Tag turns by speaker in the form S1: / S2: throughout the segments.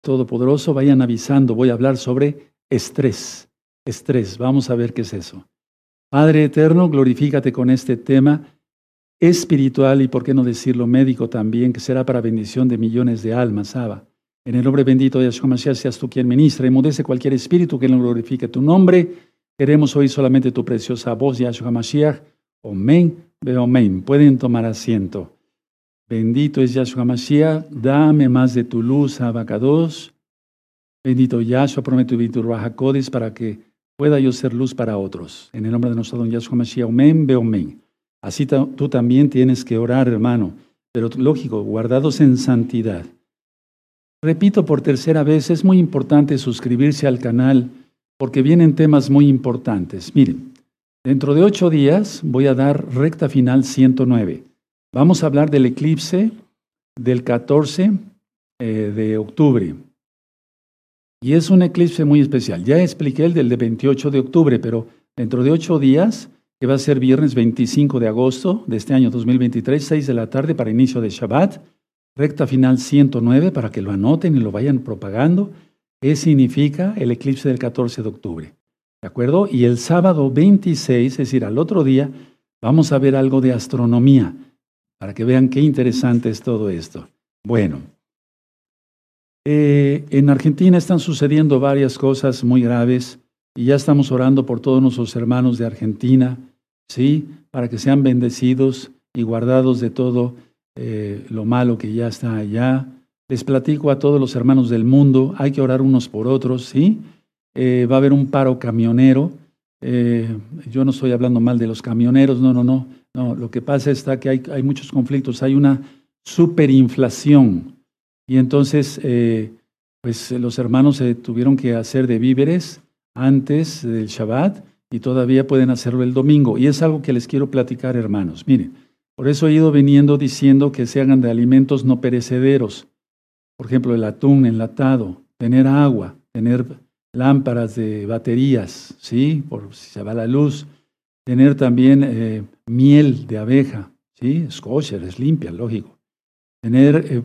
S1: Todopoderoso, vayan avisando. Voy a hablar sobre estrés. Estrés, vamos a ver qué es eso. Padre eterno, glorifícate con este tema espiritual y, por qué no decirlo, médico también, que será para bendición de millones de almas, Abba. En el nombre bendito de Yahshua Mashiach, seas tú quien ministra, enmudece cualquier espíritu que no glorifique tu nombre. Queremos oír solamente tu preciosa voz, Yahshua Mashiach. Amén, amén. Pueden tomar asiento. Bendito es Yahshua Mashiach, dame más de tu luz, Abacados. Bendito Yahshua, prometo vivir tu Ruach HaKodesh para que pueda yo ser luz para otros. En el nombre de nuestro don Yahshua Mashiach, amén, amén. Así tú también tienes que orar, hermano, pero lógico, guardados en santidad. Repito por tercera vez, es muy importante suscribirse al canal porque vienen temas muy importantes. Miren, dentro de 8 días voy a dar recta final 109. Vamos a hablar del eclipse del 14 de octubre. Y es un eclipse muy especial. Ya expliqué el del 28 de octubre, pero dentro de 8 días, que va a ser viernes 25 de agosto de este año 2023, 6 de la tarde para inicio de Shabbat, recta final 109, para que lo anoten y lo vayan propagando. ¿Qué significa el eclipse del 14 de octubre? ¿De acuerdo? Y el sábado 26, es decir, al otro día, vamos a ver algo de astronomía, para que vean qué interesante es todo esto. Bueno, en Argentina están sucediendo varias cosas muy graves y ya estamos orando por todos nuestros hermanos de Argentina, ¿sí? Para que sean bendecidos y guardados de todo lo malo que ya está allá. Les platico a todos los hermanos del mundo, hay que orar unos por otros, ¿sí? Va a haber un paro camionero. Yo no estoy hablando mal de los camioneros, no. Lo que pasa está que hay muchos conflictos, hay una superinflación y entonces pues los hermanos tuvieron que hacer de víveres antes del Shabbat y todavía pueden hacerlo el domingo. Y es algo que les quiero platicar, hermanos. Miren, por eso he ido viniendo diciendo que se hagan de alimentos no perecederos. Por ejemplo, el atún enlatado, tener agua, tener lámparas de baterías, ¿sí? Por si se va la luz. Tener también miel de abeja, ¿sí? Es kosher, es limpia, lógico. Tener,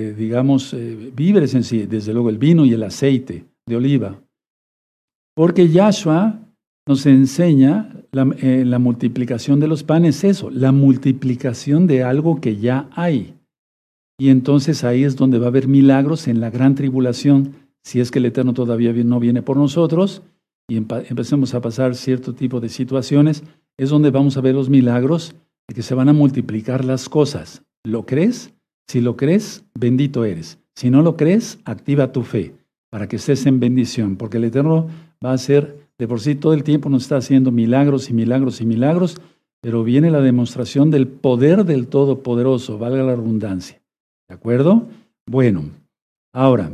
S1: víveres en sí, desde luego el vino y el aceite de oliva. Porque Yahshua nos enseña la multiplicación de los panes, eso, la multiplicación de algo que ya hay. Y entonces ahí es donde va a haber milagros en la gran tribulación, si es que el Eterno todavía no viene por nosotros, y empecemos a pasar cierto tipo de situaciones, es donde vamos a ver los milagros de que se van a multiplicar las cosas. ¿Lo crees? Si lo crees, bendito eres. Si no lo crees, activa tu fe para que estés en bendición, porque el Eterno va a hacer, de por sí todo el tiempo nos está haciendo milagros y milagros y milagros, pero viene la demostración del poder del Todopoderoso, valga la redundancia. ¿De acuerdo? Bueno, ahora,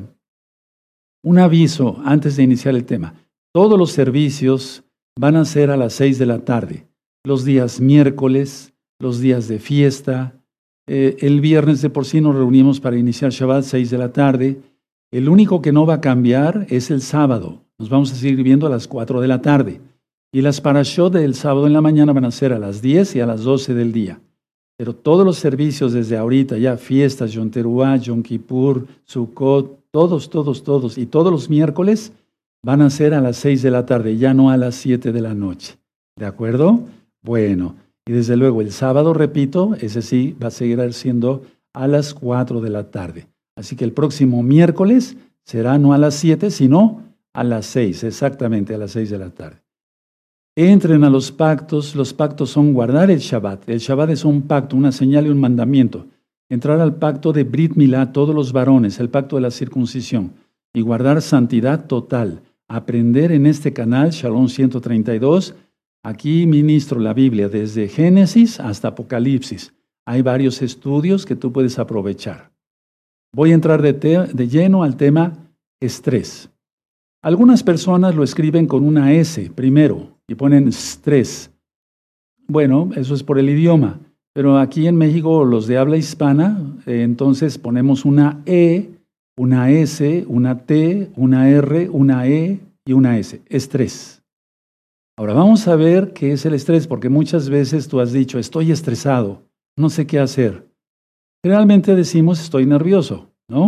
S1: un aviso antes de iniciar el tema. Todos los servicios van a ser a las 6 de la tarde, los días miércoles, los días de fiesta. El viernes de por sí nos reunimos para iniciar Shabbat 6 de la tarde. El único que no va a cambiar es el sábado. Nos vamos a seguir viendo a las 4 de la tarde. Y las parashot del sábado en la mañana van a ser a las 10 y a las 12 del día. Pero todos los servicios desde ahorita, ya fiestas, Yom Teruah, Yom Kippur, Sukkot, todos, y todos los miércoles van a ser a las 6 de la tarde, ya no a las 7 de la noche. ¿De acuerdo? Bueno, y desde luego el sábado, repito, ese sí va a seguir siendo a las 4 de la tarde. Así que el próximo miércoles será no a las 7, sino a las 6, exactamente a las 6 de la tarde. Entren a los pactos son guardar el Shabbat. El Shabbat es un pacto, una señal y un mandamiento. Entrar al pacto de Brit Milá, todos los varones, el pacto de la circuncisión, y guardar santidad total. Aprender en este canal, Shalom 132, aquí ministro la Biblia desde Génesis hasta Apocalipsis. Hay varios estudios que tú puedes aprovechar. Voy a entrar de lleno al tema estrés. Algunas personas lo escriben con una S primero y ponen estrés. Bueno, eso es por el idioma, pero aquí en México, los de habla hispana, entonces ponemos una E, una S, una T, una R, una E y una S. Estrés. Ahora vamos a ver qué es el estrés, porque muchas veces tú has dicho, estoy estresado, no sé qué hacer. Generalmente decimos, estoy nervioso, ¿no?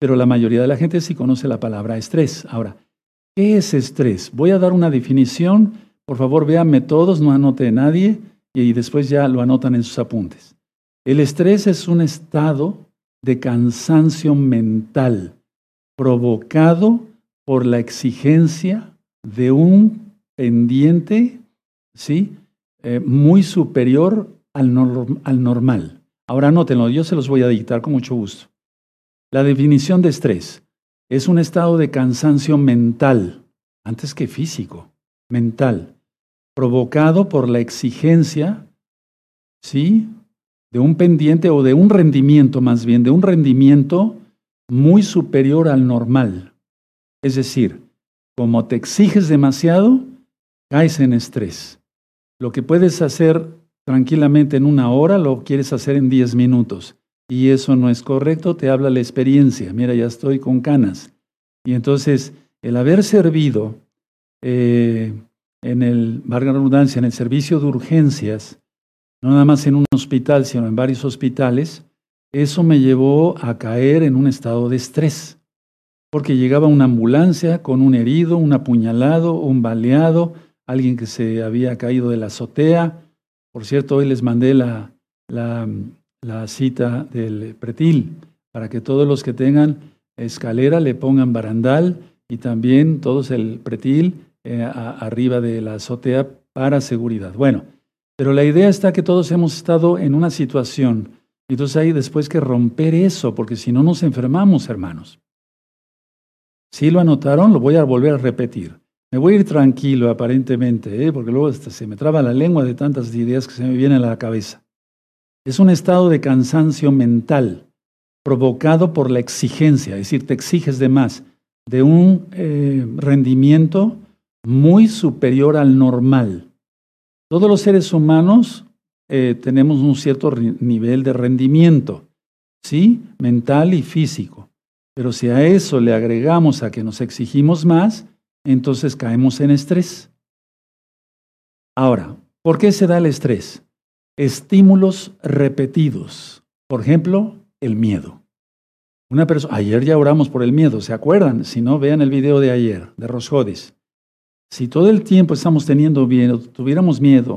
S1: pero la mayoría de la gente sí conoce la palabra estrés. Ahora, ¿qué es estrés? Voy a dar una definición. Por favor, véanme todos, no anote nadie y después ya lo anotan en sus apuntes. El estrés es un estado de cansancio mental provocado por la exigencia de un pendiente, ¿sí? Muy superior al normal. Ahora anótenlo, yo se los voy a dictar con mucho gusto. La definición de estrés es un estado de cansancio mental, antes que físico, mental, provocado por la exigencia, ¿sí?, de un pendiente o de un rendimiento, más bien, de un rendimiento muy superior al normal. Es decir, como te exiges demasiado, caes en estrés. Lo que puedes hacer tranquilamente en 1 hora, lo quieres hacer en 10 minutos. Y eso no es correcto, te habla la experiencia. Mira, ya estoy con canas. Y entonces, el haber servido valga la redundancia, en el servicio de urgencias, no nada más en un hospital, sino en varios hospitales, eso me llevó a caer en un estado de estrés. Porque llegaba una ambulancia con un herido, un apuñalado, un baleado, alguien que se había caído de la azotea. Por cierto, hoy les mandé la cita del pretil, para que todos los que tengan escalera le pongan barandal y también todos el pretil arriba de la azotea para seguridad. Bueno, pero la idea está que todos hemos estado en una situación, y entonces hay después que romper eso, porque si no nos enfermamos, hermanos. Si lo anotaron, lo voy a volver a repetir. Me voy a ir tranquilo aparentemente, porque luego hasta se me traba la lengua de tantas ideas que se me vienen a la cabeza. Es un estado de cansancio mental provocado por la exigencia, es decir, te exiges de más, de un rendimiento muy superior al normal. Todos los seres humanos tenemos un cierto nivel de rendimiento, ¿sí?, mental y físico. Pero si a eso le agregamos a que nos exigimos más, entonces caemos en estrés. Ahora, ¿por qué se da el estrés? Estímulos repetidos. Por ejemplo, el miedo. Ayer ya oramos por el miedo, ¿se acuerdan? Si no, vean el video de ayer, de Rosjodis. Si todo el tiempo estamos teniendo miedo, tuviéramos miedo,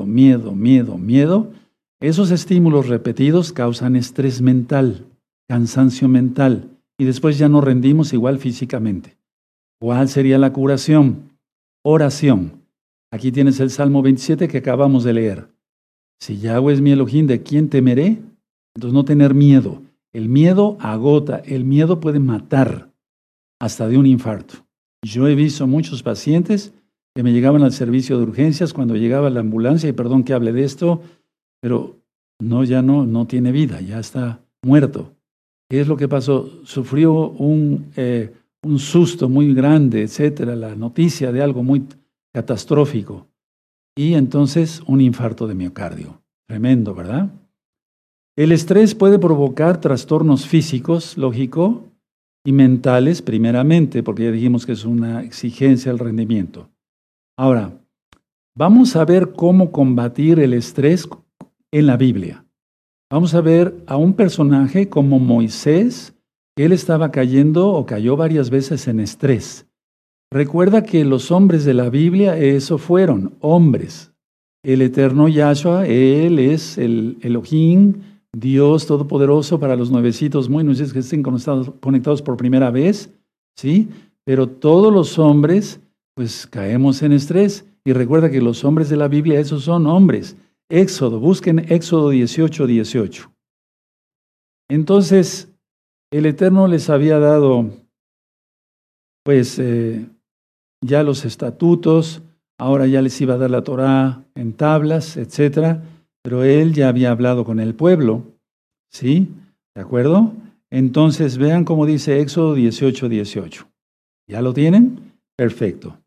S1: esos estímulos repetidos causan estrés mental, cansancio mental, y después ya no rendimos igual físicamente. ¿Cuál sería la curación? Oración. Aquí tienes el Salmo 27 que acabamos de leer. Si Yahweh es mi Elohim, ¿de quién temeré? Entonces no tener miedo. El miedo agota, el miedo puede matar hasta de un infarto. Yo he visto muchos pacientes que me llegaban al servicio de urgencias cuando llegaba la ambulancia, y perdón que hable de esto, pero ya no tiene vida, ya está muerto. ¿Qué es lo que pasó? Sufrió un susto muy grande, etcétera, la noticia de algo muy catastrófico. Y entonces un infarto de miocardio. Tremendo, ¿verdad? El estrés puede provocar trastornos físicos, lógico, y mentales primeramente, porque ya dijimos que es una exigencia al rendimiento. Ahora, vamos a ver cómo combatir el estrés en la Biblia. Vamos a ver a un personaje como Moisés, que él estaba cayendo o cayó varias veces en estrés. Recuerda que los hombres de la Biblia, eso fueron hombres. El eterno Yahshua, él es el Elohim, Dios Todopoderoso para los nuevecitos, muy nuevecitos que estén conectados por primera vez, ¿sí? Pero todos los hombres, pues caemos en estrés. Y recuerda que los hombres de la Biblia, esos son hombres. Éxodo, busquen Éxodo 18:18. Entonces, el Eterno les había dado, pues, ya los estatutos, ahora ya les iba a dar la Torá en tablas, etcétera, pero él ya había hablado con el pueblo, ¿sí? ¿De acuerdo? Entonces, vean cómo dice Éxodo 18:18. ¿Ya lo tienen? Perfecto.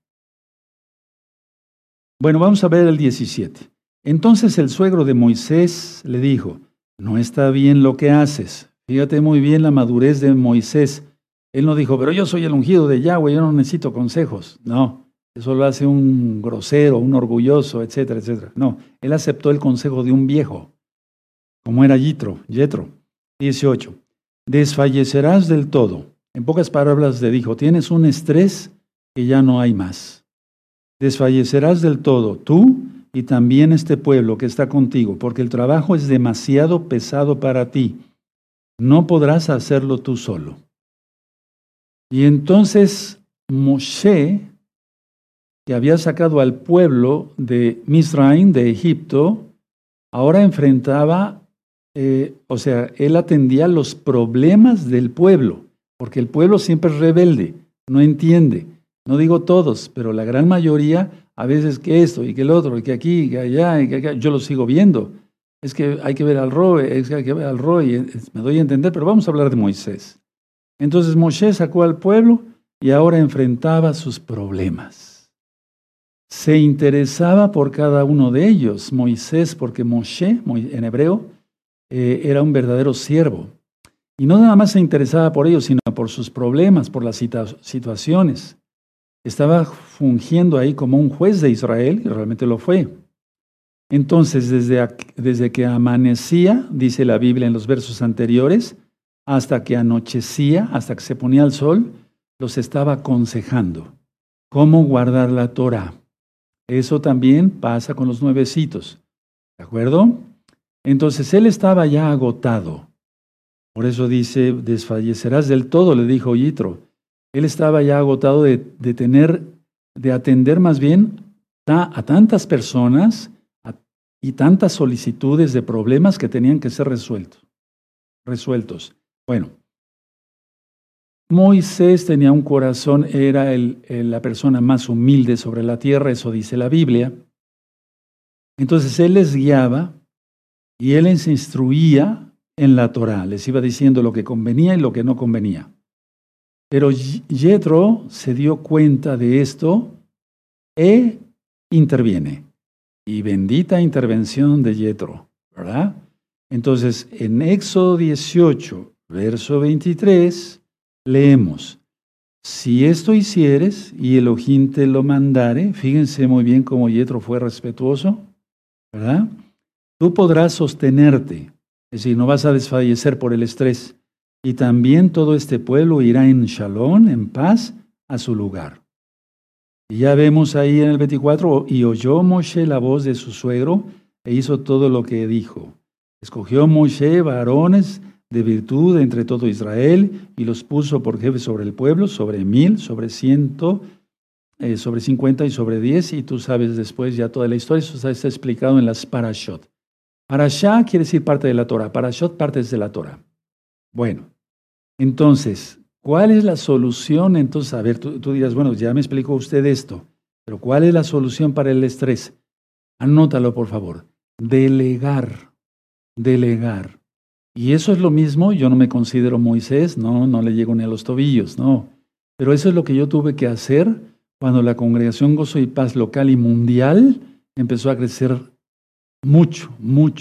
S1: Bueno, vamos a ver el 17. Entonces el suegro de Moisés le dijo, no está bien lo que haces. Fíjate muy bien la madurez de Moisés. Él no dijo, pero yo soy el ungido de Yahweh, yo no necesito consejos. No, eso lo hace un grosero, un orgulloso, etcétera, etcétera. No, él aceptó el consejo de un viejo, como era Yetro. 18. desfallecerás del todo. En pocas palabras le dijo, tienes un estrés que ya no hay más. Desfallecerás del todo, tú y también este pueblo que está contigo, porque el trabajo es demasiado pesado para ti. No podrás hacerlo tú solo. Y entonces Moshe, que había sacado al pueblo de Misraim, de Egipto, ahora enfrentaba, él atendía los problemas del pueblo, porque el pueblo siempre es rebelde, no entiende. No digo todos, pero la gran mayoría, a veces que esto y que el otro, y que aquí, y que allá, y que acá, yo lo sigo viendo. Es que hay que ver al Roe, es que hay que ver al Roe, me doy a entender, pero vamos a hablar de Moisés. Entonces Moshe sacó al pueblo y ahora enfrentaba sus problemas. Se interesaba por cada uno de ellos, Moisés, porque Moshe, en hebreo, era un verdadero siervo. Y no nada más se interesaba por ellos, sino por sus problemas, por las situaciones. Estaba fungiendo ahí como un juez de Israel, y realmente lo fue. Entonces, desde que amanecía, dice la Biblia en los versos anteriores, hasta que anochecía, hasta que se ponía el sol, los estaba aconsejando cómo guardar la Torah. Eso también pasa con los nuevecitos, ¿de acuerdo? Entonces, él estaba ya agotado. Por eso dice, desfallecerás del todo, le dijo Yitro. Él estaba ya agotado de atender más bien a tantas personas y tantas solicitudes de problemas que tenían que ser resueltos. Bueno, Moisés tenía un corazón, era la persona más humilde sobre la tierra, eso dice la Biblia. Entonces él les guiaba y él les instruía en la Torá, les iba diciendo lo que convenía y lo que no convenía. Pero Yetro se dio cuenta de esto e interviene. Y bendita intervención de Yetro, ¿verdad? Entonces, en Éxodo 18, verso 23, leemos, si esto hicieres y Elohim te lo mandare, fíjense muy bien cómo Yetro fue respetuoso, ¿verdad? Tú podrás sostenerte, es decir, no vas a desfallecer por el estrés. Y también todo este pueblo irá en shalom, en paz, a su lugar. Y ya vemos ahí en el 24, y oyó Moshe la voz de su suegro, e hizo todo lo que dijo. Escogió Moshe varones de virtud entre todo Israel, y los puso por jefes sobre el pueblo, sobre 1000, sobre 100, sobre 50 y sobre 10, y tú sabes después ya toda la historia, eso está explicado en las parashot. Parashá quiere decir parte de la Torah, parashot partes de la Torah. Bueno, entonces, ¿cuál es la solución? Entonces, a ver, tú dirás, bueno, ya me explicó usted esto, pero ¿cuál es la solución para el estrés? Anótalo, por favor. Delegar. Y eso es lo mismo, yo no me considero Moisés, no le llego ni a los tobillos, no. Pero eso es lo que yo tuve que hacer cuando la Congregación Gozo y Paz local y mundial empezó a crecer mucho.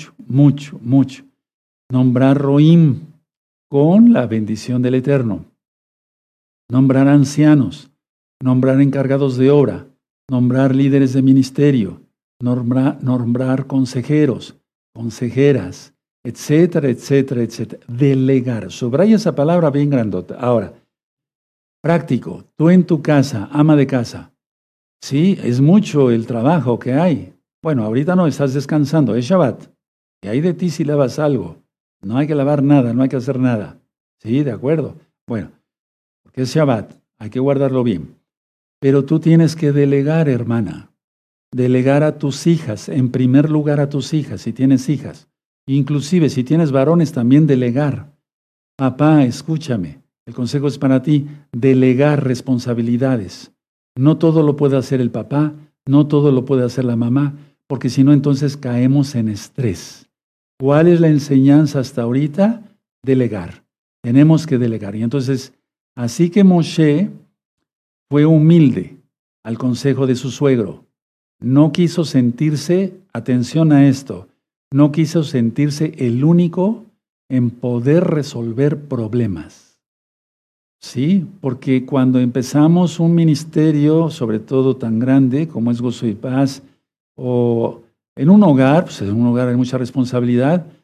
S1: Nombrar Roim con la bendición del Eterno. Nombrar ancianos, nombrar encargados de obra, nombrar líderes de ministerio, nombrar consejeros, consejeras, etcétera. Delegar. Subraya esa palabra bien grandota. Ahora, práctico. Tú en tu casa, ama de casa. Sí, es mucho el trabajo que hay. Bueno, ahorita no, estás descansando, es Shabbat. Y hay de ti si lavas algo. No hay que lavar nada, no hay que hacer nada. Sí, de acuerdo. Bueno, porque es Shabbat, hay que guardarlo bien. Pero tú tienes que delegar, hermana. Delegar a tus hijas, en primer lugar a tus hijas, si tienes hijas. Inclusive, si tienes varones, también delegar. Papá, escúchame, el consejo es para ti, delegar responsabilidades. No todo lo puede hacer el papá, no todo lo puede hacer la mamá, porque si no, entonces caemos en estrés. ¿Cuál es la enseñanza hasta ahorita? Delegar. Tenemos que delegar. Y entonces, así que Moshe fue humilde al consejo de su suegro. No quiso sentirse, atención a esto, no quiso sentirse el único en poder resolver problemas. Sí, porque cuando empezamos un ministerio, sobre todo tan grande como es Gozo y Paz, o en un hogar, pues en un hogar hay mucha responsabilidad,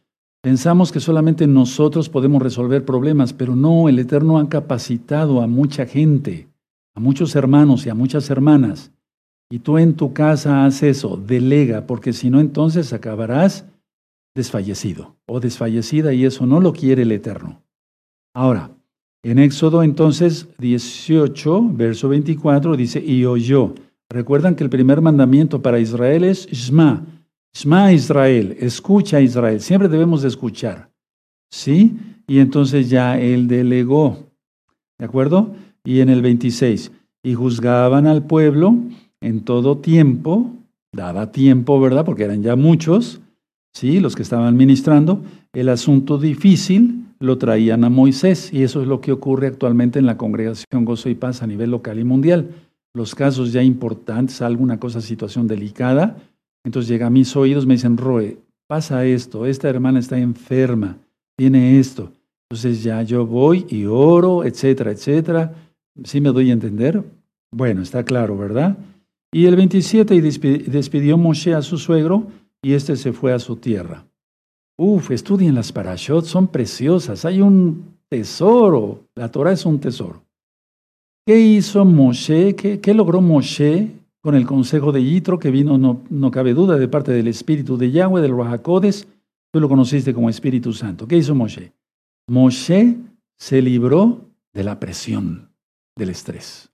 S1: Pensamos que solamente nosotros podemos resolver problemas, pero no, el Eterno ha capacitado a mucha gente, a muchos hermanos y a muchas hermanas. Y tú en tu casa haz eso, delega, porque si no entonces acabarás desfallecido o desfallecida y eso no lo quiere el Eterno. Ahora, en Éxodo entonces 18, verso 24 dice, y oyó. Recuerdan que el primer mandamiento para Israel es Shema. Shema Israel, escucha Israel. Siempre debemos de escuchar. ¿Sí? Y entonces ya él delegó. ¿De acuerdo? Y en el 26, y juzgaban al pueblo en todo tiempo, daba tiempo, ¿verdad? Porque eran ya muchos, ¿sí? Los que estaban ministrando. El asunto difícil lo traían a Moisés, y eso es lo que ocurre actualmente en la Congregación Gozo y Paz a nivel local y mundial. Los casos ya importantes, alguna cosa, situación delicada, entonces llega a mis oídos, me dicen, Roe, pasa esto, esta hermana está enferma, tiene esto. Entonces ya yo voy y oro, etcétera, etcétera. ¿Sí me doy a entender? Bueno, está claro, ¿verdad? Y el 27, y despidió Moshe a su suegro, y éste se fue a su tierra. Estudien las parashot, son preciosas, hay un tesoro, la Torah es un tesoro. ¿Qué hizo Moshe? ¿Qué logró Moshe con el consejo de Yitro, que vino, no cabe duda, de parte del Espíritu de Yahweh, del Ruach HaKodesh? Tú lo conociste como Espíritu Santo. ¿Qué hizo Moshe? Moshe se libró de la presión, del estrés.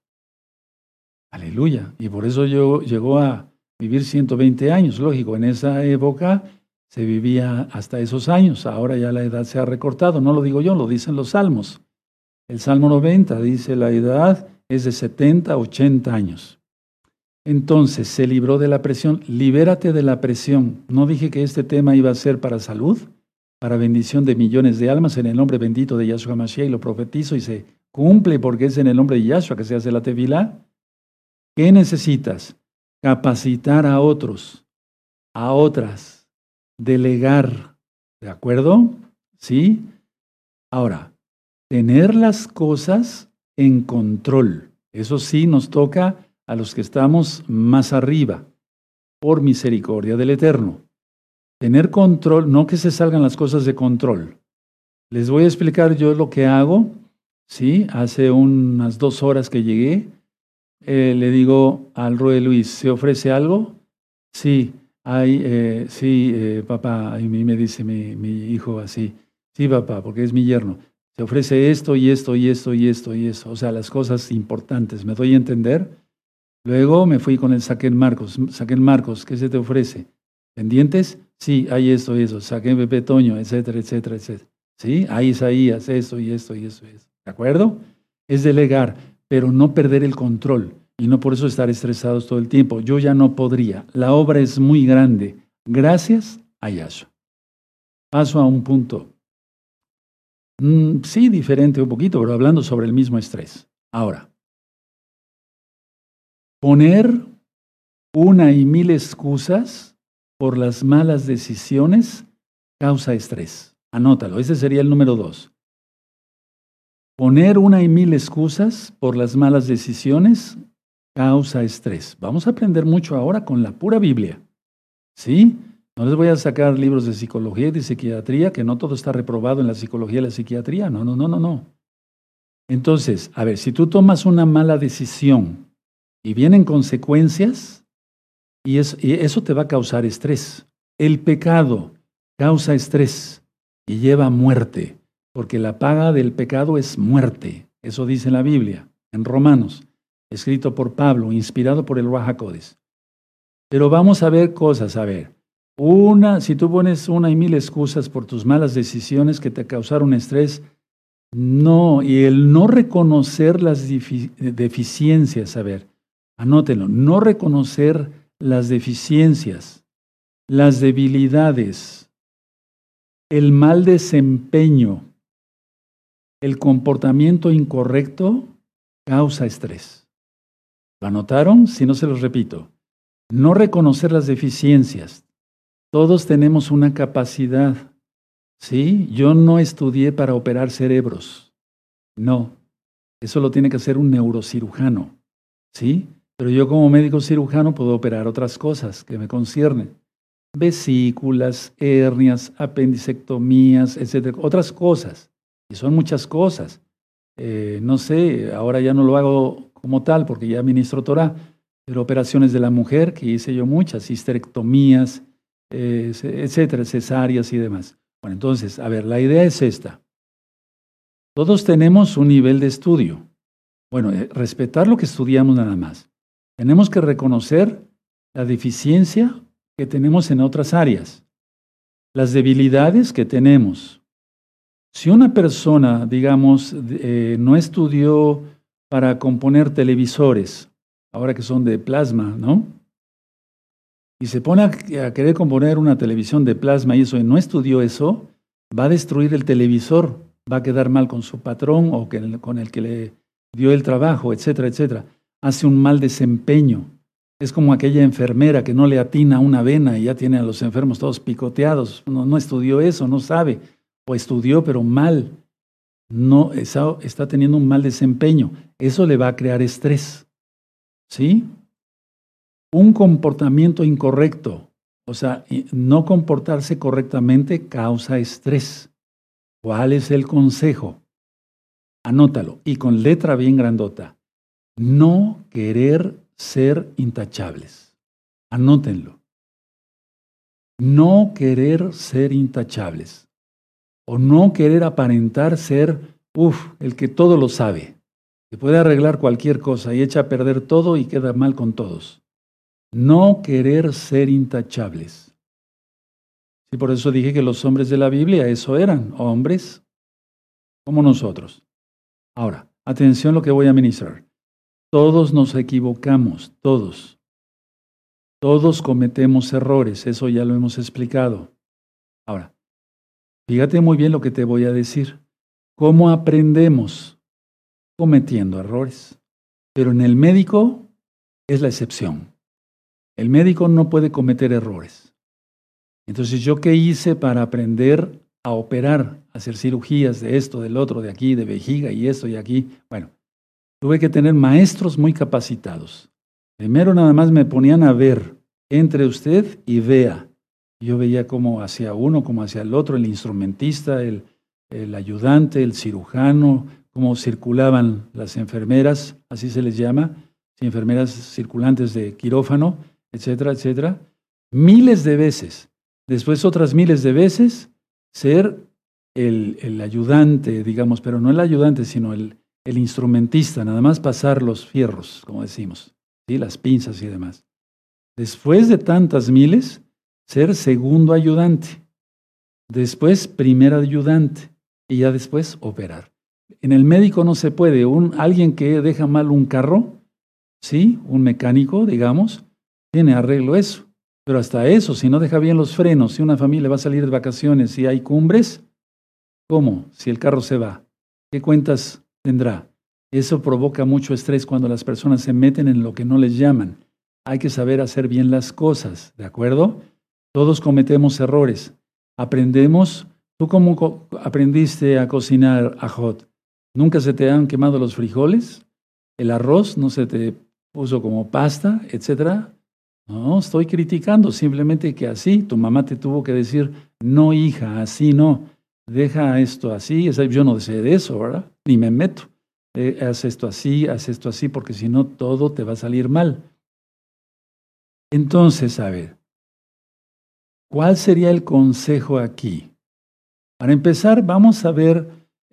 S1: Aleluya. Y por eso llegó a vivir 120 años. Lógico, en esa época se vivía hasta esos años. Ahora ya la edad se ha recortado. No lo digo yo, lo dicen los salmos. El Salmo 90 dice la edad es de 70, 80 años. Entonces se libró de la presión. Libérate de la presión. No dije que este tema iba a ser para salud, para bendición de millones de almas en el nombre bendito de Yahshua Mashiach, y lo profetizo y se cumple porque es en el nombre de Yahshua que se hace la tefilá. ¿Qué necesitas? Capacitar a otros, a otras, delegar. ¿De acuerdo? ¿Sí? Ahora, tener las cosas en control. Eso sí nos toca a los que estamos más arriba, por misericordia del Eterno. Tener control, no que se salgan las cosas de control. Les voy a explicar yo lo que hago. ¿Sí? Hace unas 2 horas que llegué, le digo al Roe Luis, ¿se ofrece algo? Sí, papá, y me dice mi hijo así, sí, papá, porque es mi yerno. Se ofrece esto y esto y esto y esto y eso, o sea, las cosas importantes, ¿me doy a entender? Luego me fui con el Saquen Marcos, ¿qué se te ofrece? ¿Pendientes? Sí, hay esto y eso, Saquen Pepe Toño, etcétera, etcétera, etcétera. ¿Sí? Hay Isaías, esto y esto y eso y eso. ¿De acuerdo? Es delegar, pero no perder el control y no por eso estar estresados todo el tiempo. Yo ya no podría. La obra es muy grande. Gracias a Yahshua. Paso a un punto. Sí, diferente un poquito, pero hablando sobre el mismo estrés. Ahora, poner 1,000 excusas por las malas decisiones causa estrés. Anótalo, ese sería el número 2. Poner 1,000 excusas por las malas decisiones causa estrés. Vamos a aprender mucho ahora con la pura Biblia. ¿Sí? No les voy a sacar libros de psicología y de psiquiatría, que no todo está reprobado en la psicología y la psiquiatría. No. Entonces, a ver, si tú tomas una mala decisión y vienen consecuencias, y eso te va a causar estrés. El pecado causa estrés y lleva a muerte, porque la paga del pecado es muerte. Eso dice la Biblia, en Romanos, escrito por Pablo, inspirado por el Ruach HaKodesh. Pero vamos a ver cosas, a ver. Si tú pones 1,000 excusas por tus malas decisiones que te causaron estrés, no, y el no reconocer las deficiencias, a ver, anótenlo, no reconocer las deficiencias, las debilidades, el mal desempeño, el comportamiento incorrecto causa estrés. ¿Lo anotaron? Si no, se los repito. No reconocer las deficiencias. Todos tenemos una capacidad. ¿Sí? Yo no estudié para operar cerebros. No. Eso lo tiene que hacer un neurocirujano. ¿Sí? Pero yo como médico cirujano puedo operar otras cosas que me conciernen. vesículas, hernias, apendicectomías, etcétera, otras cosas. Y son muchas cosas. No sé, ahora ya no lo hago como tal porque ya ministro Torah, pero operaciones de la mujer, que hice yo muchas, histerectomías, etcétera, cesáreas y demás. Bueno, entonces, a ver, la idea es esta. Todos tenemos un nivel de estudio. Bueno, respetar lo que estudiamos nada más. Tenemos que reconocer la deficiencia que tenemos en otras áreas, las debilidades que tenemos. Si una persona, digamos, no estudió para componer televisores, ahora que son de plasma, ¿no? Y se pone a querer componer una televisión de plasma y eso, y no estudió eso, va a destruir el televisor, va a quedar mal con su patrón o con el que le dio el trabajo, etcétera, etcétera. Hace un mal desempeño. Es como aquella enfermera que no le atina una vena y ya tiene a los enfermos todos picoteados. No estudió eso, no sabe. O estudió, pero mal. No, está teniendo un mal desempeño. Eso le va a crear estrés. ¿Sí? Un comportamiento incorrecto, o sea, no comportarse correctamente causa estrés. ¿Cuál es el consejo? Anótalo y con letra bien grandota. No querer ser intachables. Anótenlo. No querer ser intachables. O no querer aparentar ser, el que todo lo sabe, que puede arreglar cualquier cosa y echa a perder todo y queda mal con todos. No querer ser intachables. Y por eso dije que los hombres de la Biblia eso eran, hombres como nosotros. Ahora, atención a lo que voy a ministrar. Todos nos equivocamos, todos. Todos cometemos errores, eso ya lo hemos explicado. Ahora, fíjate muy bien lo que te voy a decir. ¿Cómo aprendemos? Cometiendo errores. Pero en el médico es la excepción. El médico no puede cometer errores. Entonces, ¿yo qué hice para aprender a operar, a hacer cirugías de esto, del otro, de aquí, de vejiga y esto y aquí? Bueno, tuve que tener maestros muy capacitados. Primero nada más me ponían a ver, entre usted y vea. Yo veía cómo hacia uno, como hacia el otro, el instrumentista, el ayudante, el cirujano, cómo circulaban las enfermeras, así se les llama, enfermeras circulantes de quirófano, etcétera, etcétera. Miles de veces. Después otras miles de veces ser el ayudante, digamos, pero no el ayudante, sino el instrumentista, nada más pasar los fierros, como decimos, ¿sí? Las pinzas y demás. Después de tantas miles, ser segundo ayudante. Después primer ayudante y ya después operar. En el médico no se puede. Alguien que deja mal un carro, ¿sí? Un mecánico, digamos, tiene arreglo eso. Pero hasta eso, si no deja bien los frenos, si una familia va a salir de vacaciones y hay cumbres, ¿cómo? Si el carro se va, ¿qué cuentas tendrá? Eso provoca mucho estrés cuando las personas se meten en lo que no les llaman. Hay que saber hacer bien las cosas, ¿de acuerdo? Todos cometemos errores. Aprendemos. ¿Tú cómo aprendiste a cocinar ajot? ¿Nunca se te han quemado los frijoles? ¿El arroz no se te puso como pasta, etcétera? No, estoy criticando, simplemente que así tu mamá te tuvo que decir, no hija, así no, deja esto así, yo no sé de eso, ¿verdad? Ni me meto, haz esto así, porque si no todo te va a salir mal. Entonces, a ver, ¿cuál sería el consejo aquí? Para empezar, vamos a ver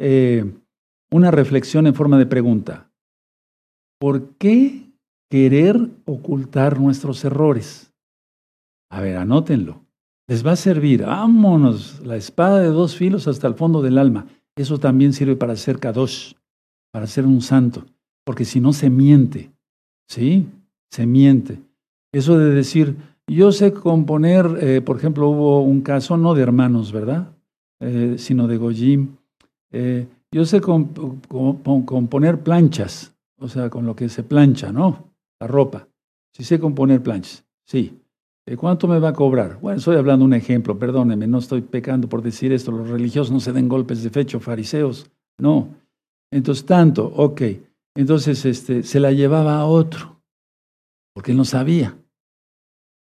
S1: una reflexión en forma de pregunta. ¿Por qué querer ocultar nuestros errores? A ver, anótenlo. Les va a servir, vámonos, la espada de dos filos hasta el fondo del alma. Eso también sirve para ser kadosh, para ser un santo, porque si no se miente, ¿sí? Se miente. Eso de decir, yo sé componer, por ejemplo, hubo un caso, no de hermanos, ¿verdad? Sino de Goyim. Yo sé componer planchas, o sea, con lo que se plancha, ¿no? La ropa. Si sé componer planchas, sí. ¿Cuánto me va a cobrar? Bueno, estoy hablando un ejemplo, perdónenme, no estoy pecando por decir esto. Los religiosos no se den golpes de pecho, fariseos, no. Entonces, tanto, ok. Entonces, se la llevaba a otro, porque él no sabía.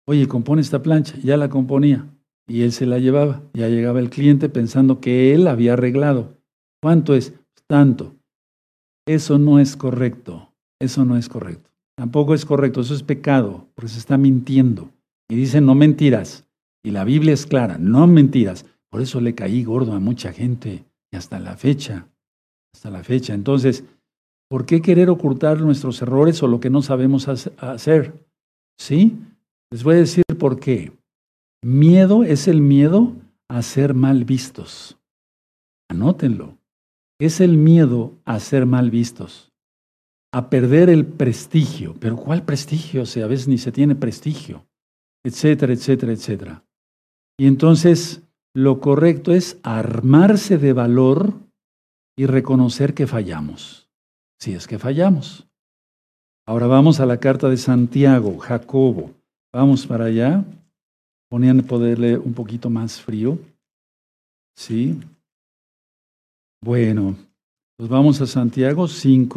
S1: Oye, compone esta plancha. Ya la componía. Y él se la llevaba. Ya llegaba el cliente pensando que él había arreglado. ¿Cuánto es? Tanto. Eso no es correcto. Eso no es correcto. Tampoco es correcto. Eso es pecado, porque se está mintiendo. Y dice, no mentiras. Y la Biblia es clara, no mentiras. Por eso le caí gordo a mucha gente. Y hasta la fecha. Hasta la fecha. Entonces, ¿por qué querer ocultar nuestros errores o lo que no sabemos hacer? ¿Sí? Les voy a decir por qué. Miedo es el miedo a ser mal vistos. Anótenlo. Es el miedo a ser mal vistos, a perder el prestigio. ¿Pero cuál prestigio? O sea, a veces ni se tiene prestigio, etcétera, etcétera, etcétera. Y entonces, lo correcto es armarse de valor y reconocer que fallamos, si es que fallamos. Ahora vamos a la carta de Santiago, Jacobo. Vamos para allá. Ponían poderle un poquito más frío. ¿Sí? Bueno, pues vamos a Santiago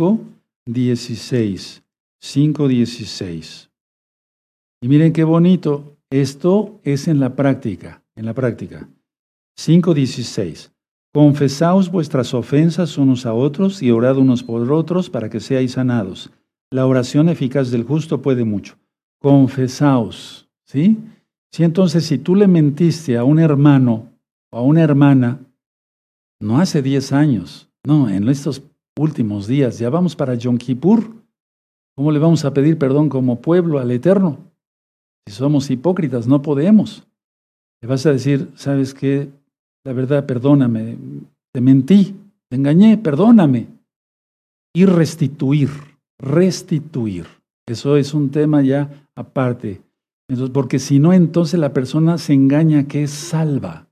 S1: 5:16. 5:16. Y miren qué bonito. Esto es en la práctica. En la práctica. 5:16. Confesaos vuestras ofensas unos a otros y orad unos por otros para que seáis sanados. La oración eficaz del justo puede mucho. Confesaos. ¿Sí? Sí, entonces, si tú le mentiste a un hermano o a una hermana, no hace 10 años, no, en estos últimos días, ya vamos para Yom Kippur, ¿cómo le vamos a pedir perdón como pueblo al Eterno? Si somos hipócritas, no podemos. Le vas a decir, ¿sabes qué? La verdad, perdóname, te mentí, te engañé, perdóname. Y restituir. Eso es un tema ya aparte. Entonces, porque si no, entonces la persona se engaña que es salva.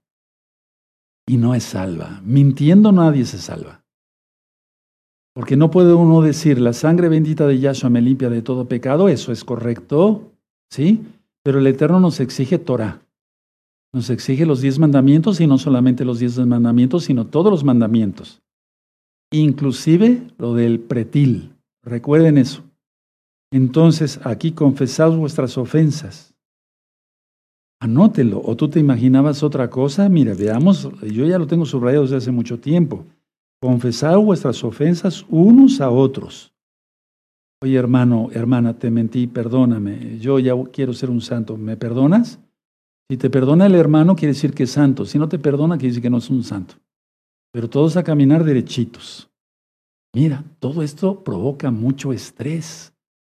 S1: Y no es salva. Mintiendo nadie se salva. Porque no puede uno decir, la sangre bendita de Yahshua me limpia de todo pecado, eso es correcto, ¿sí? Pero el Eterno nos exige Torah. Nos exige los 10 mandamientos, y no solamente los 10 mandamientos, sino todos los mandamientos. Inclusive lo del pretil. Recuerden eso. Entonces, aquí confesaos vuestras ofensas. Anótelo. ¿O tú te imaginabas otra cosa? Mira, veamos, yo ya lo tengo subrayado desde hace mucho tiempo. Confesad vuestras ofensas unos a otros. Oye, hermano, hermana, te mentí, perdóname. Yo ya quiero ser un santo. ¿Me perdonas? Si te perdona el hermano, quiere decir que es santo. Si no te perdona, quiere decir que no es un santo. Pero todos a caminar derechitos. Mira, todo esto provoca mucho estrés.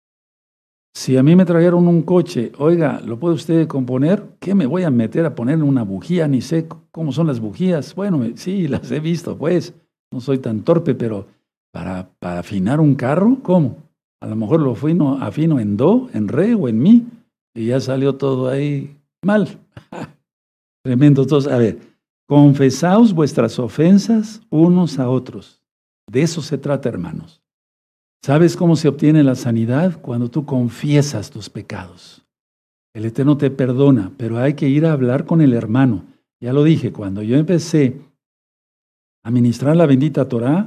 S1: Si a mí me trajeron un coche, oiga, ¿lo puede usted componer? ¿Qué me voy a meter a poner una bujía? Ni sé cómo son las bujías. Bueno, sí, las he visto, pues. No soy tan torpe, pero para afinar un carro, ¿cómo? A lo mejor lo afino en do, en re o en mi, y ya salió todo ahí mal. Tremendo. Entonces, a ver, confesaos vuestras ofensas unos a otros. De eso se trata, hermanos. ¿Sabes cómo se obtiene la sanidad? Cuando tú confiesas tus pecados. El Eterno te perdona, pero hay que ir a hablar con el hermano. Ya lo dije, cuando yo empecé a ministrar la bendita Torah,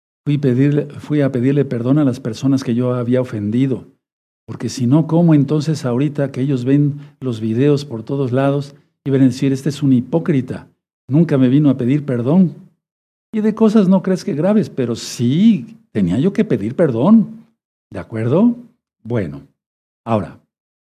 S1: fui a pedirle perdón a las personas que yo había ofendido. Porque si no, ¿cómo entonces ahorita que ellos ven los videos por todos lados y van a decir, este es un hipócrita, nunca me vino a pedir perdón? Y de cosas no crees que graves, pero sí, tenía yo que pedir perdón. ¿De acuerdo? Bueno, ahora,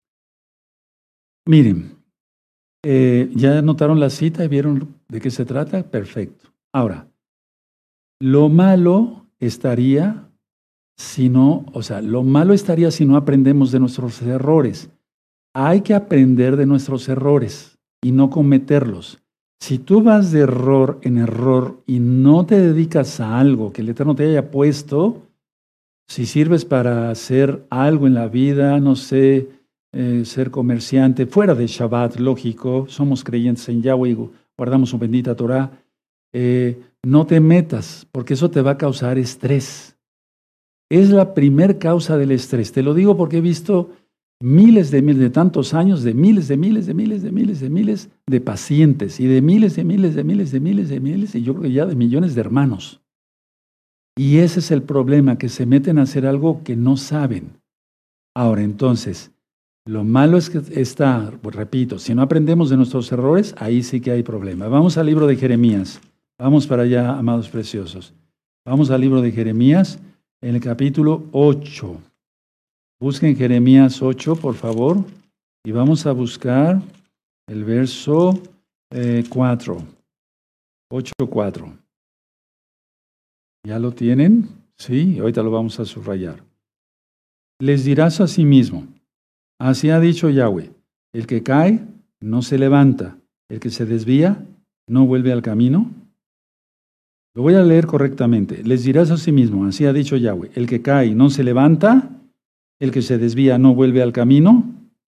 S1: miren, ¿ya notaron la cita y vieron de qué se trata? Perfecto. Ahora, lo malo estaría si no aprendemos de nuestros errores. Hay que aprender de nuestros errores y no cometerlos. Si tú vas de error en error y no te dedicas a algo que el Eterno te haya puesto, si sirves para hacer algo en la vida, no sé, ser comerciante, fuera de Shabbat, lógico, somos creyentes en Yahweh y guardamos su bendita Torah, no te metas, porque eso te va a causar estrés. Es la primer causa del estrés. Te lo digo porque he visto miles de tantos años, de miles de pacientes y de miles, y yo creo que ya de millones de hermanos. Y ese es el problema, que se meten a hacer algo que no saben. Ahora, entonces, Lo malo es que está, pues repito, si no aprendemos de nuestros errores, ahí sí que hay problema. Vamos al libro de Jeremías. Vamos para allá, amados preciosos. Vamos al libro de Jeremías, en el capítulo 8. Busquen Jeremías 8, por favor, y vamos a buscar el verso 4. 8:4. ¿Ya lo tienen? Sí, ahorita lo vamos a subrayar. Les dirás a sí mismo, así ha dicho Yahweh, el que cae no se levanta, el que se desvía no vuelve al camino. Lo voy a leer correctamente. Les dirás a sí mismo, así ha dicho Yahweh, el que cae no se levanta, el que se desvía no vuelve al camino.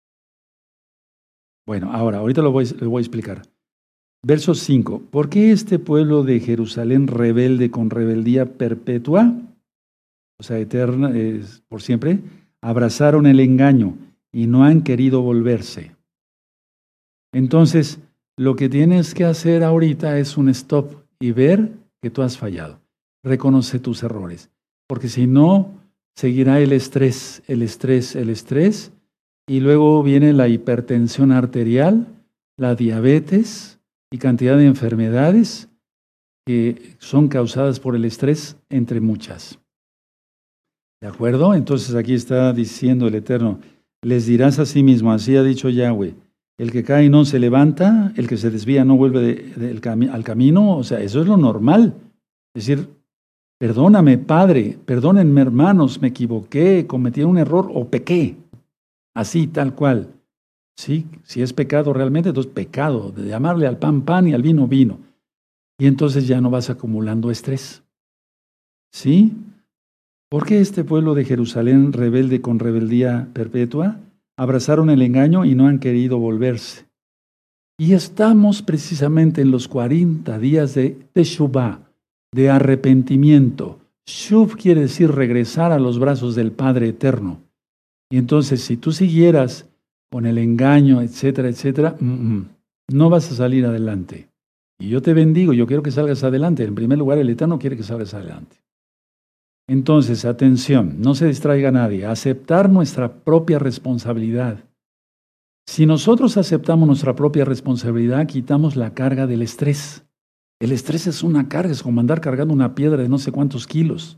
S1: Bueno, ahorita lo voy a explicar. Verso 5. ¿Por qué este pueblo de Jerusalén rebelde con rebeldía perpetua, o sea, eterna, por siempre, abrazaron el engaño y no han querido volverse? Entonces, lo que tienes que hacer ahorita es un stop y ver que tú has fallado. Reconoce tus errores, porque si no, seguirá el estrés, y luego viene la hipertensión arterial, la diabetes y cantidad de enfermedades que son causadas por el estrés, entre muchas. ¿De acuerdo? Entonces aquí está diciendo el Eterno, les dirás a sí mismo, así ha dicho Yahweh, el que cae no se levanta, el que se desvía no vuelve al camino, o sea, eso es lo normal. Es decir, perdóname, Padre, perdónenme, hermanos, me equivoqué, cometí un error o pequé, así, tal cual. Sí, si es pecado realmente, entonces pecado, de llamarle al pan pan y al vino vino. Y entonces ya no vas acumulando estrés. ¿Sí? ¿Por qué este pueblo de Jerusalén, rebelde con rebeldía perpetua, abrazaron el engaño y no han querido volverse? Y estamos precisamente en los 40 días de Teshuvah, de arrepentimiento. Shuv quiere decir regresar a los brazos del Padre Eterno. Y entonces, si tú siguieras con el engaño, etcétera, etcétera, no vas a salir adelante. Y yo te bendigo, yo quiero que salgas adelante. En primer lugar, el Eterno quiere que salgas adelante. Entonces, atención, no se distraiga nadie. Aceptar nuestra propia responsabilidad. Si nosotros aceptamos nuestra propia responsabilidad, quitamos la carga del estrés. El estrés es una carga, es como andar cargando una piedra de no sé cuántos kilos.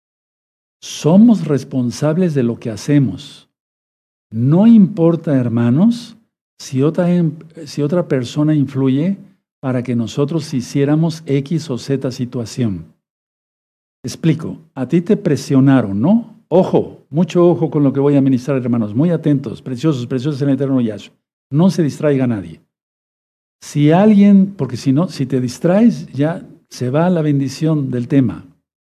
S1: Somos responsables de lo que hacemos. No importa, hermanos, si otra persona influye para que nosotros hiciéramos X o Z situación. Explico, a ti te presionaron, ¿no? Ojo, mucho ojo con lo que voy a ministrar, hermanos, muy atentos, preciosos en el eterno Yahshua. No se distraiga nadie. Si alguien, porque si no, si te distraes, ya se va la bendición del tema.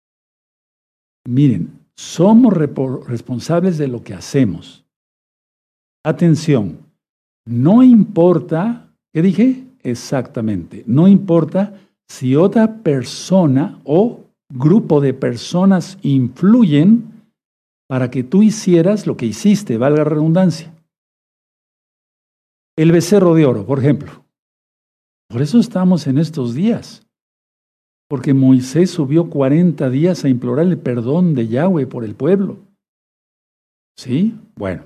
S1: Miren, somos responsables de lo que hacemos. Atención, no importa, ¿qué dije? Exactamente, no importa si otra persona o grupo de personas influyen para que tú hicieras lo que hiciste, valga la redundancia. El becerro de oro, por ejemplo. Por eso estamos en estos días. Porque Moisés subió 40 días a implorar el perdón de Yahweh por el pueblo. ¿Sí? Bueno.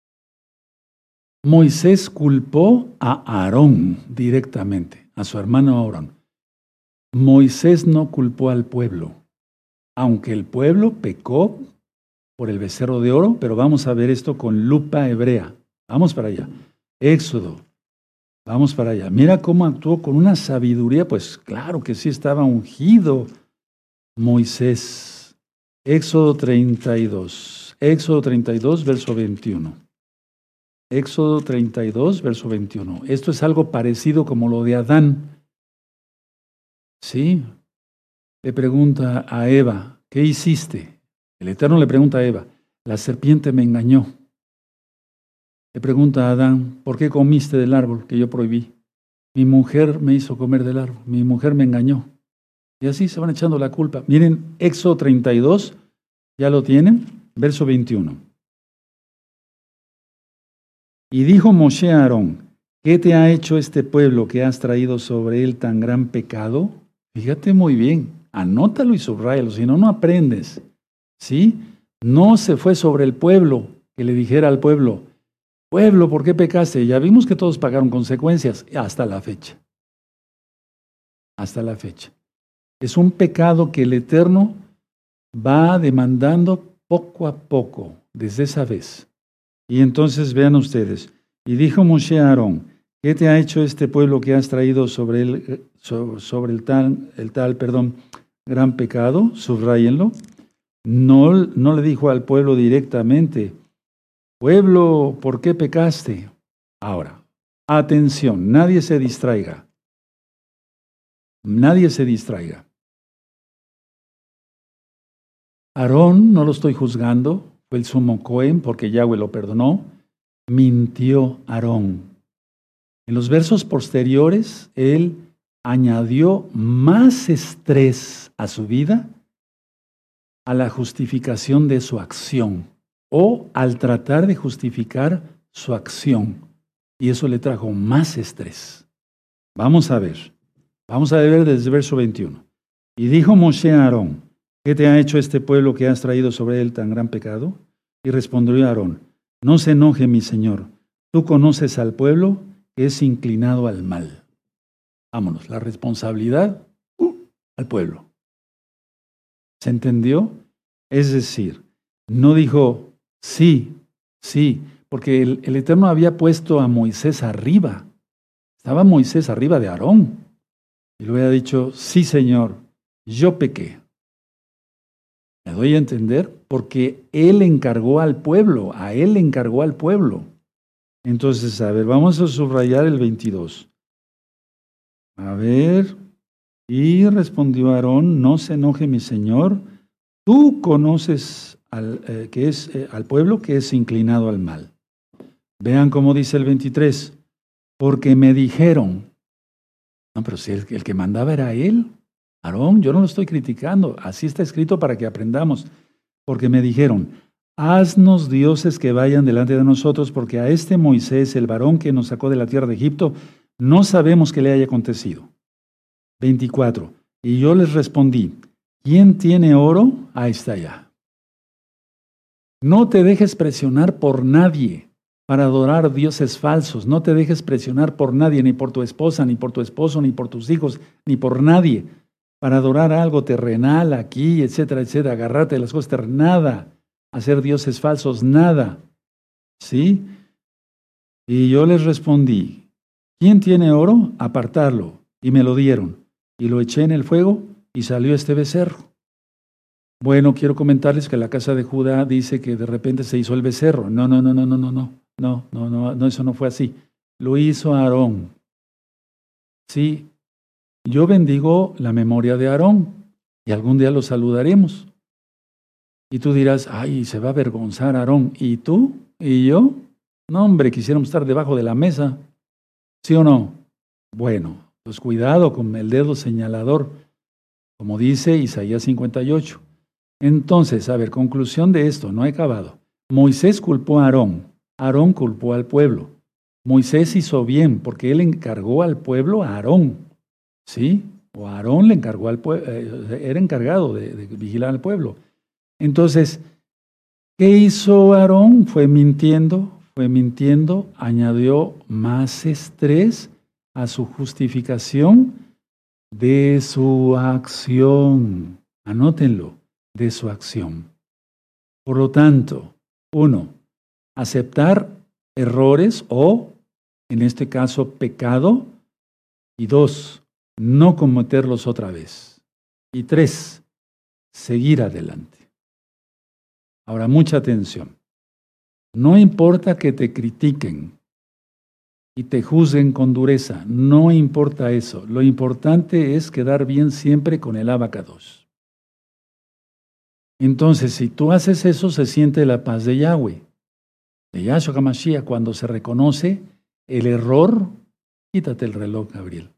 S1: Moisés culpó a Aarón directamente, a su hermano Aarón. Moisés no culpó al pueblo, aunque el pueblo pecó por el becerro de oro, pero vamos a ver esto con lupa hebrea. Vamos para allá. Éxodo. Vamos para allá. Mira cómo actuó con una sabiduría, pues claro que sí estaba ungido Moisés. Éxodo 32. Éxodo 32, verso 21. Éxodo 32, verso 21. Esto es algo parecido como lo de Adán. ¿Sí? Le pregunta a Eva, ¿qué hiciste? El Eterno le pregunta a Eva, la serpiente me engañó. Le pregunta a Adán, ¿por qué comiste del árbol que yo prohibí? Mi mujer me hizo comer del árbol, mi mujer me engañó. Y así se van echando la culpa. Miren, Éxodo 32, ¿ya lo tienen? Verso 21. Y dijo Moshe a Aarón, ¿qué te ha hecho este pueblo que has traído sobre él tan gran pecado? Fíjate muy bien, anótalo y subráyalo, si no, no aprendes. ¿Sí? No se fue sobre el pueblo que le dijera al pueblo, Pueblo, ¿por qué pecaste? Ya vimos que todos pagaron consecuencias hasta la fecha. Hasta la fecha. Es un pecado que el Eterno va demandando poco a poco, desde esa vez. Y entonces vean ustedes, y dijo Moshe a Aarón, ¿qué te ha hecho este pueblo que has traído sobre el tal, gran pecado? Subrayenlo. No le dijo al pueblo directamente, pueblo, ¿por qué pecaste? Ahora, atención, nadie se distraiga. Nadie se distraiga. Aarón, no lo estoy juzgando, fue el sumo Cohen porque Yahweh lo perdonó. Mintió Aarón. En los versos posteriores, él añadió más estrés a su vida a la justificación de su acción o al tratar de justificar su acción. Y eso le trajo más estrés. Vamos a ver desde el verso 21. Y dijo Moshe a Aarón, ¿qué te ha hecho este pueblo que has traído sobre él tan gran pecado? Y respondió Aarón, no se enoje mi señor, tú conoces al pueblo que es inclinado al mal. Vámonos, la responsabilidad al pueblo. ¿Se entendió? Es decir, no dijo sí, porque el Eterno había puesto a Moisés arriba. Estaba Moisés arriba de Aarón. Y le había dicho, sí Señor, yo pequé. ¿Me doy a entender? Porque Él encargó al pueblo, a Él le encargó al pueblo. Entonces, a ver, vamos a subrayar el 22. A ver, y respondió Aarón, no se enoje mi señor, tú conoces al pueblo que es inclinado al mal. Vean cómo dice el 23, porque me dijeron, no, pero si el que mandaba era él, Aarón, yo no lo estoy criticando, así está escrito para que aprendamos, porque me dijeron, haznos dioses que vayan delante de nosotros, porque a este Moisés, el varón que nos sacó de la tierra de Egipto, no sabemos qué le haya acontecido. 24. Y yo les respondí, ¿quién tiene oro? Ahí está ya. No te dejes presionar por nadie para adorar dioses falsos. No te dejes presionar por nadie, ni por tu esposa, ni por tu esposo, ni por tus hijos, ni por nadie, para adorar algo terrenal aquí, etcétera, etcétera. Agarrarte de las cosas terrenales. Nada. Hacer dioses falsos, nada. ¿Sí? Y yo les respondí, ¿quién tiene oro? Apartarlo. Y me lo dieron. Y lo eché en el fuego y salió este becerro. Bueno, quiero comentarles que la casa de Judá dice que de repente se hizo el becerro. No, eso no fue así. Lo hizo Aarón. Sí, yo bendigo la memoria de Aarón y algún día lo saludaremos. Y tú dirás, ay, se va a avergonzar Aarón. ¿Y tú? ¿Y yo? No, hombre, quisiéramos estar debajo de la mesa. ¿Sí o no? Bueno, pues cuidado con el dedo señalador, como dice Isaías 58. Entonces, a ver, conclusión de esto, no he acabado. Moisés culpó a Aarón, Aarón culpó al pueblo. Moisés hizo bien porque él encargó al pueblo a Aarón, ¿sí? O Aarón le encargó al pueblo, era encargado de vigilar al pueblo. Entonces, ¿qué hizo Aarón? Fue mintiendo, añadió más estrés a su justificación de su acción. Anótenlo, de su acción. Por lo tanto, 1, aceptar errores o, en este caso, pecado. Y 2, no cometerlos otra vez. Y 3, seguir adelante. Ahora, mucha atención. No importa que te critiquen y te juzguen con dureza, no importa eso. Lo importante es quedar bien siempre con el abacados. Entonces, si tú haces eso, se siente la paz de Yahweh, de Yahshua HaMashiach, cuando se reconoce el error. Quítate el reloj, Gabriel.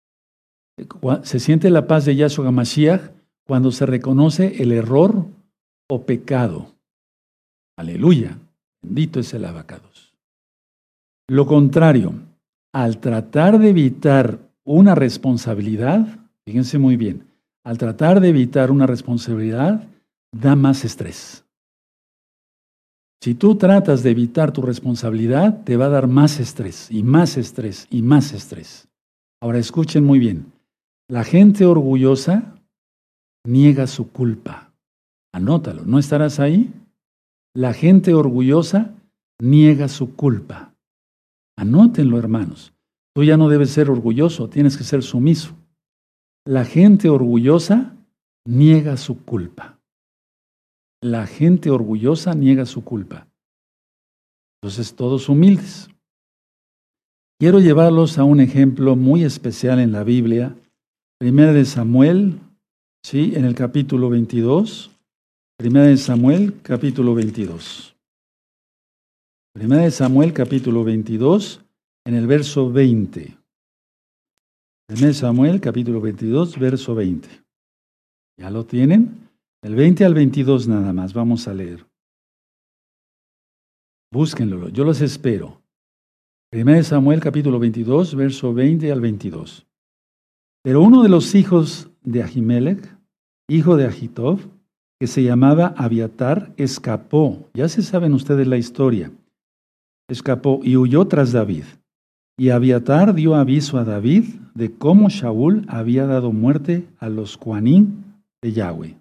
S1: Se siente la paz de Yahshua HaMashiach cuando se reconoce el error o pecado. Aleluya. Bendito es el abacados. Lo contrario, al tratar de evitar una responsabilidad, fíjense muy bien, al tratar de evitar una responsabilidad, da más estrés. Si tú tratas de evitar tu responsabilidad, te va a dar más estrés y más estrés y más estrés. Ahora escuchen muy bien. La gente orgullosa niega su culpa. Anótalo, ¿no estarás ahí? La gente orgullosa niega su culpa. Anótenlo, hermanos. Tú ya no debes ser orgulloso, tienes que ser sumiso. La gente orgullosa niega su culpa. La gente orgullosa niega su culpa. Entonces, todos humildes. Quiero llevarlos a un ejemplo muy especial en la Biblia. Primera de Samuel, ¿sí? En el capítulo 22. Primera de Samuel, capítulo 22. Primera de Samuel, capítulo 22, en el verso 20. Primera de Samuel, capítulo 22, verso 20. ¿Ya lo tienen? El 20 al 22 nada más, vamos a leer. Búsquenlo, yo los espero. Primera de Samuel, capítulo 22, verso 20 al 22. Pero uno de los hijos de Ahimelech, hijo de Ahitob, que se llamaba Abiatar, escapó. Ya se saben ustedes la historia. Escapó y huyó tras David. Y Abiatar dio aviso a David de cómo Shaul había dado muerte a los Cuanín de Yahweh.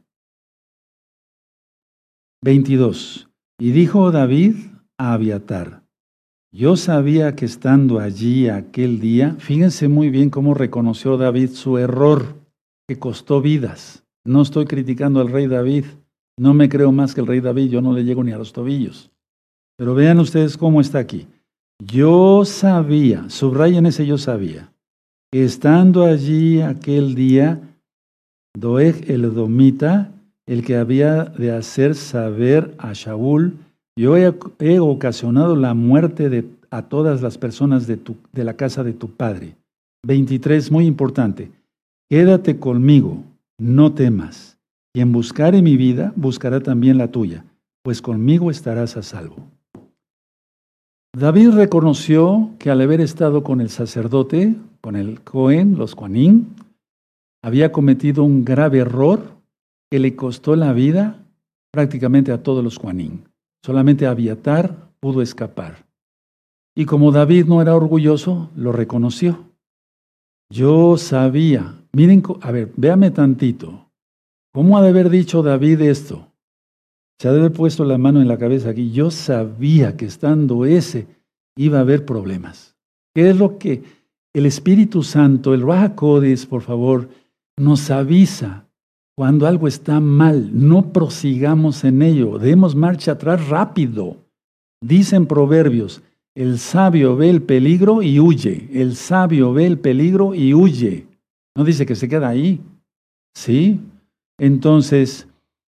S1: 22. Y dijo David a Abiatar: yo sabía que estando allí aquel día, fíjense muy bien cómo reconoció David su error, que costó vidas. No estoy criticando al rey David, no me creo más que el rey David, yo no le llego ni a los tobillos. Pero vean ustedes cómo está aquí. Yo sabía, subrayen ese yo sabía, que estando allí aquel día, Doeg el Edomita, el que había de hacer saber a Shaul: yo he ocasionado la muerte a todas las personas de la casa de tu padre. 23, muy importante. Quédate conmigo, no temas. Quien buscare mi vida, buscará también la tuya, pues conmigo estarás a salvo. David reconoció que al haber estado con el sacerdote, con el Cohen, los Cuanín, había cometido un grave error que le costó la vida prácticamente a todos los Cuanín. Solamente Abiatar pudo escapar. Y como David no era orgulloso, lo reconoció. Yo sabía, miren, a ver, véame tantito. ¿Cómo ha de haber dicho David esto? Se ha de haber puesto la mano en la cabeza aquí. Yo sabía que estando ese iba a haber problemas. ¿Qué es lo que el Espíritu Santo, el Ruach HaKodesh, por favor, nos avisa? Cuando algo está mal, no prosigamos en ello, demos marcha atrás rápido. Dicen Proverbios: el sabio ve el peligro y huye. El sabio ve el peligro y huye. No dice que se queda ahí. ¿Sí? Entonces,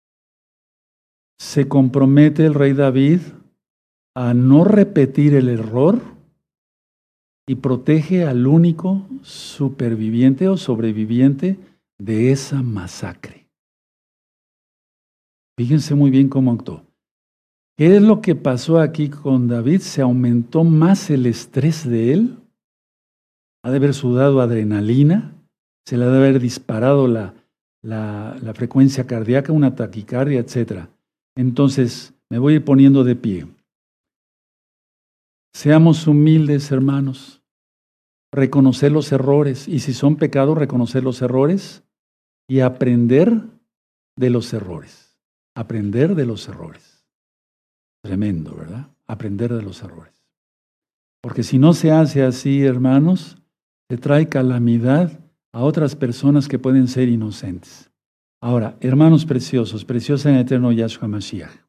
S1: se compromete el rey David a no repetir el error y protege al único superviviente o sobreviviente de esa masacre. Fíjense muy bien cómo actuó. ¿Qué es lo que pasó aquí con David? ¿Se aumentó más el estrés de él? ¿Ha de haber sudado adrenalina? ¿Se le ha de haber disparado la frecuencia cardíaca, una taquicardia, etcétera? Entonces, me voy a ir poniendo de pie. Seamos humildes, hermanos. Reconocer los errores. Y si son pecados, reconocer los errores y aprender de los errores. Aprender de los errores. Tremendo, ¿verdad? Aprender de los errores. Porque si no se hace así, hermanos, se trae calamidad a otras personas que pueden ser inocentes. Ahora, hermanos preciosos, preciosa en el eterno Yahshua Mashiach.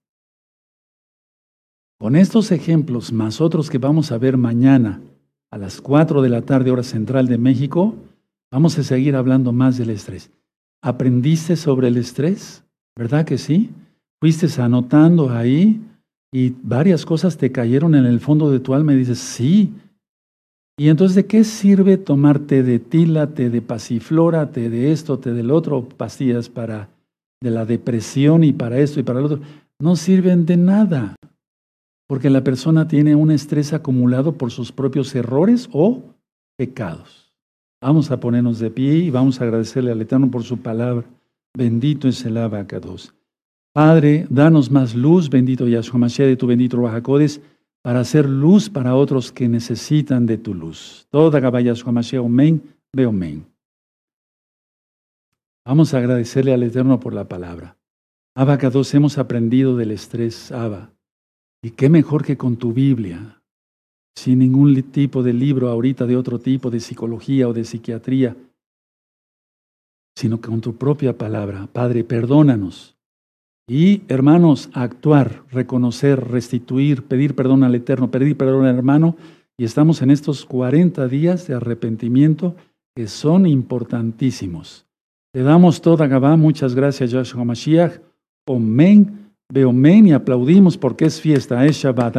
S1: Con estos ejemplos, más otros que vamos a ver mañana a las 4 de la tarde, hora central de México, vamos a seguir hablando más del estrés. ¿Aprendiste sobre el estrés? ¿Verdad que sí? ¿Fuiste anotando ahí y varias cosas te cayeron en el fondo de tu alma y dices, sí? Y entonces, ¿de qué sirve tomar té de tila, té de pasiflora, té de esto, té del otro, pastillas de la depresión y para esto y para el otro? No sirven de nada, porque la persona tiene un estrés acumulado por sus propios errores o pecados. Vamos a ponernos de pie y vamos a agradecerle al Eterno por su palabra. Bendito es el Abacados. Padre, danos más luz, bendito Yahshua Mashiach, de tu bendito Ruach HaKodesh, para hacer luz para otros que necesitan de tu luz. Toda Gabá Yahshua Mashiach, amén, ve amén. Vamos a agradecerle al Eterno por la palabra. Abba Kadosh, hemos aprendido del estrés, Abba. Y qué mejor que con tu Biblia, sin ningún tipo de libro ahorita de otro tipo, de psicología o de psiquiatría, sino con tu propia palabra. Padre, perdónanos. Y, hermanos, actuar, reconocer, restituir, pedir perdón al Eterno, pedir perdón al hermano. Y estamos en estos 40 días de arrepentimiento que son importantísimos. Te damos toda Gabá. Muchas gracias, Yahshua Mashiach. Amén. Ve amén y aplaudimos porque es fiesta, es Shabbat.